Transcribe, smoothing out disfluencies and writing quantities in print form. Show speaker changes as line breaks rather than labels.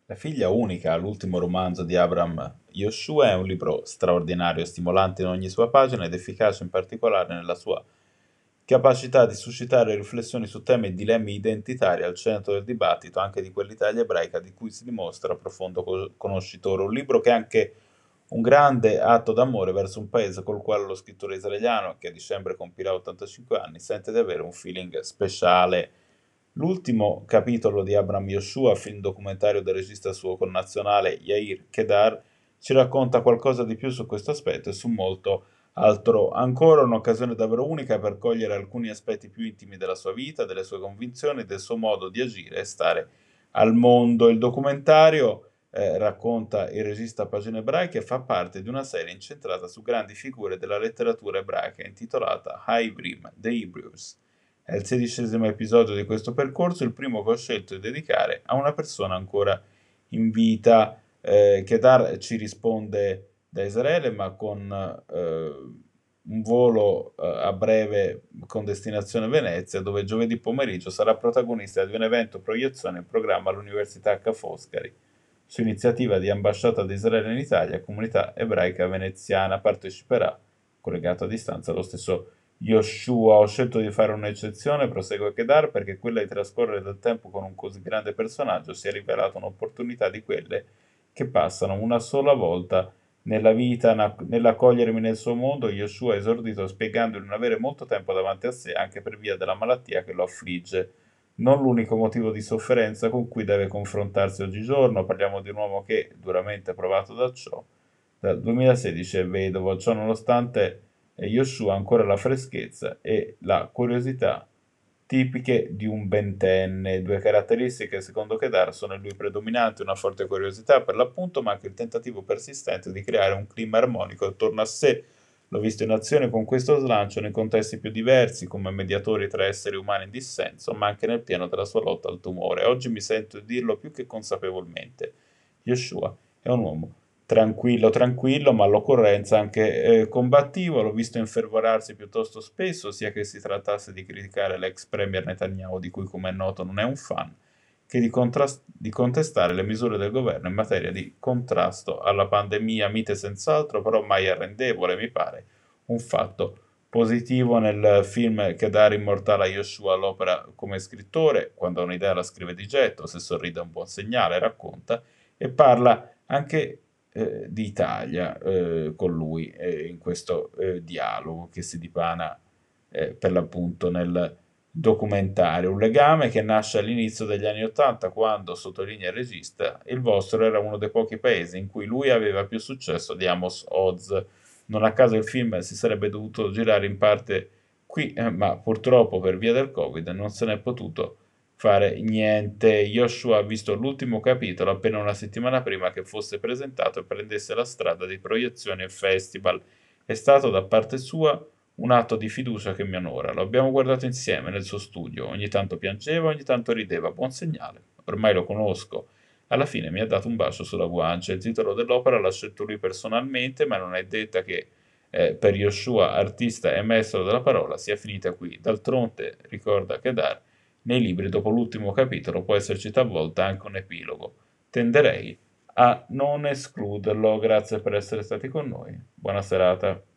La figlia unica, l'ultimo romanzo di Abraham Yoshua, è un libro straordinario, stimolante in ogni sua pagina ed efficace in particolare nella sua capacità di suscitare riflessioni su temi e dilemmi identitari al centro del dibattito anche di quell'Italia ebraica di cui si dimostra profondo conoscitore. Un libro che è anche un grande atto d'amore verso un paese col quale lo scrittore israeliano, che a dicembre compirà 85 anni, sente di avere un feeling speciale. L'ultimo capitolo di Abraham Yoshua, film documentario del regista suo connazionale Yair Kedar, ci racconta qualcosa di più su questo aspetto e su molto altro ancora. Un'occasione davvero unica per cogliere alcuni aspetti più intimi della sua vita, delle sue convinzioni, del suo modo di agire e stare al mondo. Il documentario racconta il regista a pagine ebraiche e fa parte di una serie incentrata su grandi figure della letteratura ebraica intitolata Haivrim, The Hebrews. È il 16° episodio di questo percorso, il primo che ho scelto di dedicare a una persona ancora in vita. Kedar ci risponde da Israele, ma con un volo a breve con destinazione Venezia, dove giovedì pomeriggio sarà protagonista di un evento proiezione in programma all'Università Ca' Foscari. Su iniziativa di Ambasciata di Israele in Italia, Comunità Ebraica Veneziana parteciperà, collegato a distanza, lo stesso Yoshua. Ho scelto di fare un'eccezione, prosegue Kedar, perché quella di trascorrere del tempo con un così grande personaggio si è rivelata un'opportunità di quelle che passano una sola volta nella vita. Nell'accogliermi nel suo mondo, Yoshua ha esordito spiegando di non avere molto tempo davanti a sé anche per via della malattia che lo affligge. Non l'unico motivo di sofferenza con cui deve confrontarsi oggigiorno, parliamo di un uomo che, duramente provato da ciò, dal 2016 è vedovo. Ciò nonostante, Yoshua ha ancora la freschezza e la curiosità tipiche di un ventenne. Due caratteristiche, secondo Kedar, sono in lui predominanti: una forte curiosità per l'appunto, ma anche il tentativo persistente di creare un clima armonico attorno a sé. L'ho visto in azione con questo slancio nei contesti più diversi, come mediatori tra esseri umani in dissenso, ma anche nel pieno della sua lotta al tumore. Oggi mi sento di dirlo più che consapevolmente. Yeshua è un uomo tranquillo, tranquillo, ma all'occorrenza anche combattivo. L'ho visto infervorarsi piuttosto spesso, sia che si trattasse di criticare l'ex premier Netanyahu, di cui, come è noto, non è un fan, che di contestare le misure del governo in materia di contrasto alla pandemia, mite senz'altro, però mai arrendevole, mi pare un fatto positivo. Nel film che dà immortale a Yoshua all'opera come scrittore, quando ha un'idea la scrive di getto, se sorride è un buon segnale, racconta, e parla anche di Italia con lui in questo dialogo che si dipana per l'appunto nel documentario. Un legame che nasce all'inizio degli anni Ottanta, quando, sottolinea il regista, il vostro era uno dei pochi paesi in cui lui aveva più successo di Amos Oz. Non a caso il film si sarebbe dovuto girare in parte qui, ma purtroppo per via del Covid non se n'è potuto fare niente. Joshua ha visto l'ultimo capitolo appena una settimana prima che fosse presentato e prendesse la strada di proiezioni e festival. È stato da parte sua un atto di fiducia che mi onora. Lo abbiamo guardato insieme nel suo studio, ogni tanto piangeva, ogni tanto rideva, buon segnale. Ormai lo conosco. Alla fine mi ha dato un bacio sulla guancia. Il titolo dell'opera l'ha scelto lui personalmente, ma non è detta che per Yoshua, artista e maestro della parola, sia finita qui. D'altronde, ricorda Kedar, nei libri dopo l'ultimo capitolo può esserci talvolta anche un epilogo. Tenderei a non escluderlo. Grazie per essere stati con noi. Buona serata.